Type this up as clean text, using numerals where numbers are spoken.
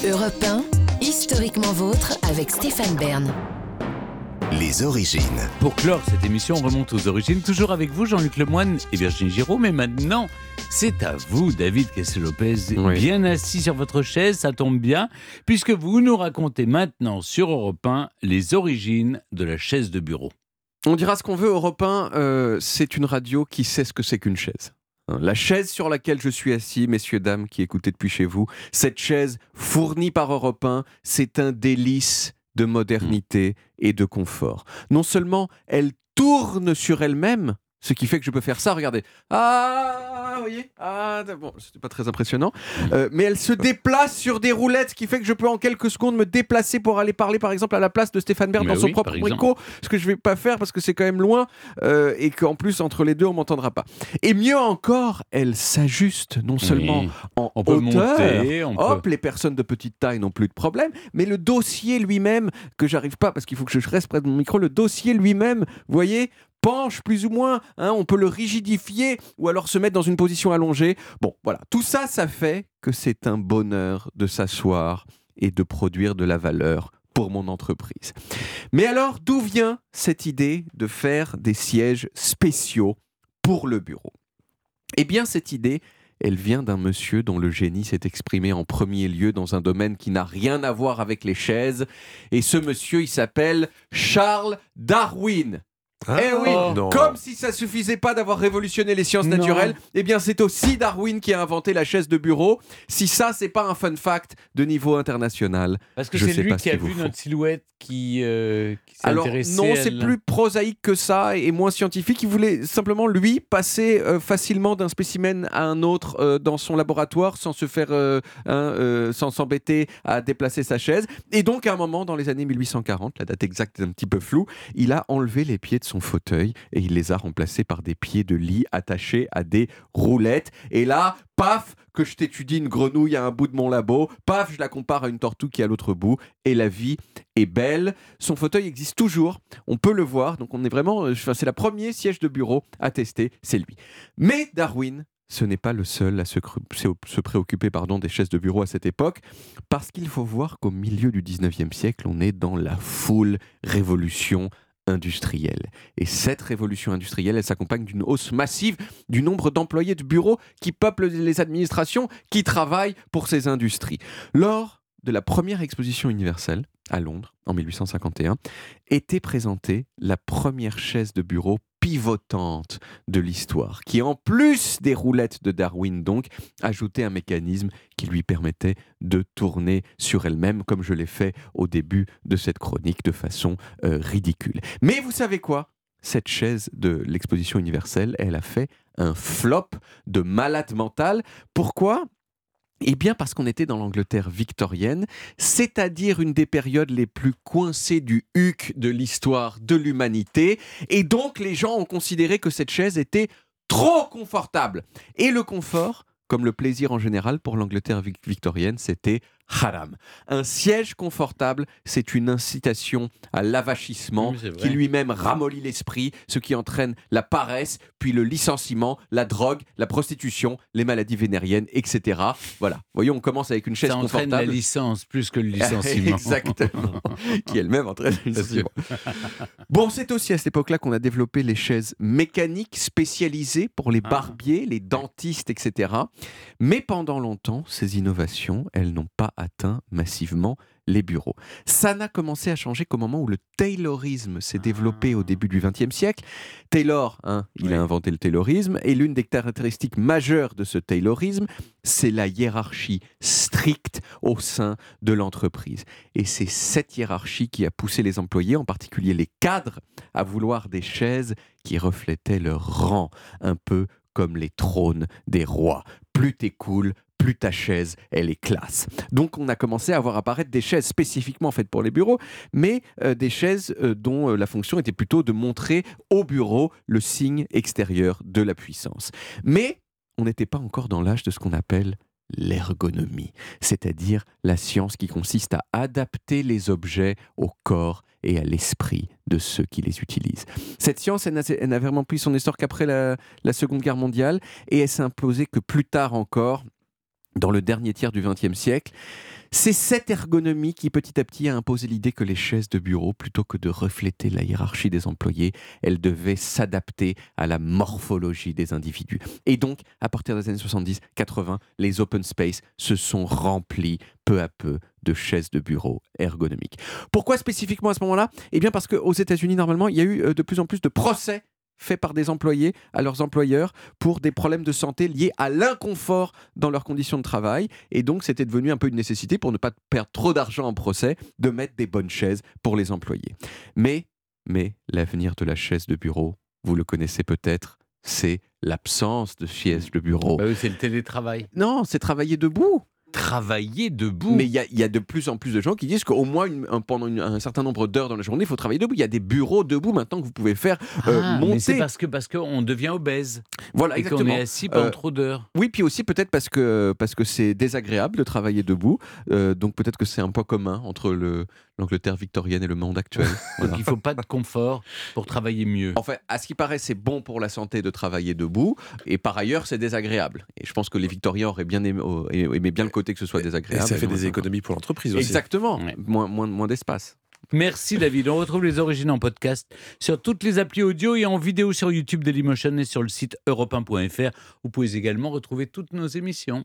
Europe 1, historiquement vôtre avec Stéphane Bern. Les origines. Pour clore cette émission, on remonte aux origines, toujours avec vous Jean-Luc Lemoyne et Virginie Giraud. Mais maintenant, c'est à vous David Kessel-Lopez, bien assis sur votre chaise, ça tombe bien, puisque vous nous racontez maintenant sur Europe 1 les origines de la chaise de bureau. On dira ce qu'on veut, Europe 1, c'est une radio qui sait ce que c'est qu'une chaise. La chaise sur laquelle je suis assis, messieurs, dames, qui écoutez depuis chez vous, cette chaise fournie par Europe 1, c'est un délice de modernité et de confort. Non seulement elle tourne sur elle-même, ce qui fait que je peux faire ça, regardez. Ah, vous voyez ? Ah, bon, c'était pas très impressionnant. Mais elle se déplace sur des roulettes, ce qui fait que je peux en quelques secondes me déplacer pour aller parler, par exemple, à la place de Stéphane Bern dans son propre micro, ce que je vais pas faire parce que c'est quand même loin et qu'en plus, entre les deux, on m'entendra pas. Et mieux encore, elle s'ajuste non seulement en on peut hauteur, monter, les personnes de petite taille n'ont plus de problème, mais le dossier lui-même, que j'arrive pas parce qu'il faut que je reste près de mon micro, le dossier lui-même, vous voyez, penche plus ou moins, on peut le rigidifier ou alors se mettre dans une position allongée. Bon, voilà, tout ça, ça fait que c'est un bonheur de s'asseoir et de produire de la valeur pour mon entreprise. Mais alors, d'où vient cette idée de faire des sièges spéciaux pour le bureau ? Eh bien, cette idée, elle vient d'un monsieur dont le génie s'est exprimé en premier lieu dans un domaine qui n'a rien à voir avec les chaises. Et ce monsieur, il s'appelle Charles Darwin. Eh oui, comme si ça suffisait pas d'avoir révolutionné les sciences naturelles, eh bien c'est aussi Darwin qui a inventé la chaise de bureau. Si ça, c'est pas un fun fact de niveau international, parce que c'est lui qui a vu notre silhouette qui s'est intéressé. Alors non, c'est plus prosaïque que ça et moins scientifique. Il voulait simplement, lui, passer facilement d'un spécimen à un autre dans son laboratoire sans se faire, sans s'embêter à déplacer sa chaise. Et donc, à un moment, dans les années 1840, la date exacte est un petit peu floue, il a enlevé les pieds de son fauteuil et il les a remplacés par des pieds de lit attachés à des roulettes. Et là, paf, que je t'étudie une grenouille à un bout de mon labo, paf, je la compare à une tortue qui est à l'autre bout, et la vie est belle. Son fauteuil existe toujours, on peut le voir, donc on est vraiment, c'est la première siège de bureau à tester, c'est lui. Mais Darwin, ce n'est pas le seul à se préoccuper des chaises de bureau à cette époque, parce qu'il faut voir qu'au milieu du 19e siècle, on est dans la full révolution industrielle. Et cette révolution industrielle, elle s'accompagne d'une hausse massive du nombre d'employés de bureaux qui peuplent les administrations qui travaillent pour ces industries. Lors de la première exposition universelle à Londres, en 1851, était présentée la première chaise de bureau pivotante de l'histoire, qui en plus des roulettes de Darwin donc, ajoutait un mécanisme qui lui permettait de tourner sur elle-même, comme je l'ai fait au début de cette chronique de façon ridicule. Mais vous savez quoi ? Cette chaise de l'exposition universelle, elle a fait un flop de malade mental. Pourquoi ? Eh bien parce qu'on était dans l'Angleterre victorienne, c'est-à-dire une des périodes les plus coincées du huc de l'histoire de l'humanité, et donc les gens ont considéré que cette chaise était trop confortable. Et le confort, comme le plaisir en général pour l'Angleterre victorienne, c'était haram. Un siège confortable, c'est une incitation à l'avachissement qui lui-même ramollit l'esprit, ce qui entraîne la paresse, puis le licenciement, la drogue, la prostitution, les maladies vénériennes, etc. Voilà. Voyons, on commence avec une chaise confortable. Ça entraîne la licence plus que le licenciement. Exactement. Qui elle-même entraîne le licenciement. Bon, c'est aussi à cette époque-là qu'on a développé les chaises mécaniques spécialisées pour les barbiers, les dentistes, etc. Mais pendant longtemps, ces innovations, elles n'ont pas atteint massivement les bureaux. Ça n'a commencé à changer qu'au moment où le taylorisme s'est développé au début du XXe siècle. Taylor, il a inventé le taylorisme, et l'une des caractéristiques majeures de ce taylorisme, c'est la hiérarchie stricte au sein de l'entreprise. Et c'est cette hiérarchie qui a poussé les employés, en particulier les cadres, à vouloir des chaises qui reflétaient leur rang, un peu comme les trônes des rois. Plus t'es cool, plus ta chaise, elle est classe. Donc on a commencé à voir apparaître des chaises spécifiquement faites pour les bureaux, mais des chaises dont la fonction était plutôt de montrer au bureau le signe extérieur de la puissance. Mais on n'était pas encore dans l'âge de ce qu'on appelle l'ergonomie, c'est-à-dire la science qui consiste à adapter les objets au corps et à l'esprit de ceux qui les utilisent. Cette science, elle n'a vraiment pris son essor qu'après la Seconde Guerre mondiale, et elle s'est imposée que plus tard encore, dans le dernier tiers du XXe siècle. C'est cette ergonomie qui petit à petit a imposé l'idée que les chaises de bureau, plutôt que de refléter la hiérarchie des employés, elles devaient s'adapter à la morphologie des individus. Et donc, à partir des années 70-80, les open space se sont remplis peu à peu de chaises de bureau ergonomiques. Pourquoi spécifiquement à ce moment-là ? Eh bien parce qu'aux États-Unis, normalement, il y a eu de plus en plus de procès faits par des employés à leurs employeurs pour des problèmes de santé liés à l'inconfort dans leurs conditions de travail. Et donc, c'était devenu un peu une nécessité, pour ne pas perdre trop d'argent en procès, de mettre des bonnes chaises pour les employés. Mais l'avenir de la chaise de bureau, vous le connaissez peut-être, c'est l'absence de chaise de bureau. Bah oui, c'est le télétravail. Non, c'est travailler debout. Travailler debout. Mais il y a de plus en plus de gens qui disent qu'au moins pendant un certain nombre d'heures dans la journée, il faut travailler debout. Il y a des bureaux debout maintenant que vous pouvez faire monter. Mais c'est parce qu'on devient obèse. Voilà, et exactement. qu'on est assis pendant trop d'heures. Oui, puis aussi peut-être parce que c'est désagréable de travailler debout. Donc peut-être que c'est un point commun entre l'Angleterre victorienne et le monde actuel. Donc il ne faut pas de confort pour travailler mieux. Enfin, à ce qui paraît, c'est bon pour la santé de travailler debout. Et par ailleurs, c'est désagréable. Et je pense que les Victoriens auraient bien aimé bien le côté que ce soit désagréable. Et ça fait des économies pour l'entreprise aussi. Exactement. Ouais. Moins d'espace. Merci David. On retrouve les origines en podcast sur toutes les applis audio et en vidéo sur YouTube Dailymotion et sur le site europe1.fr. Vous pouvez également retrouver toutes nos émissions.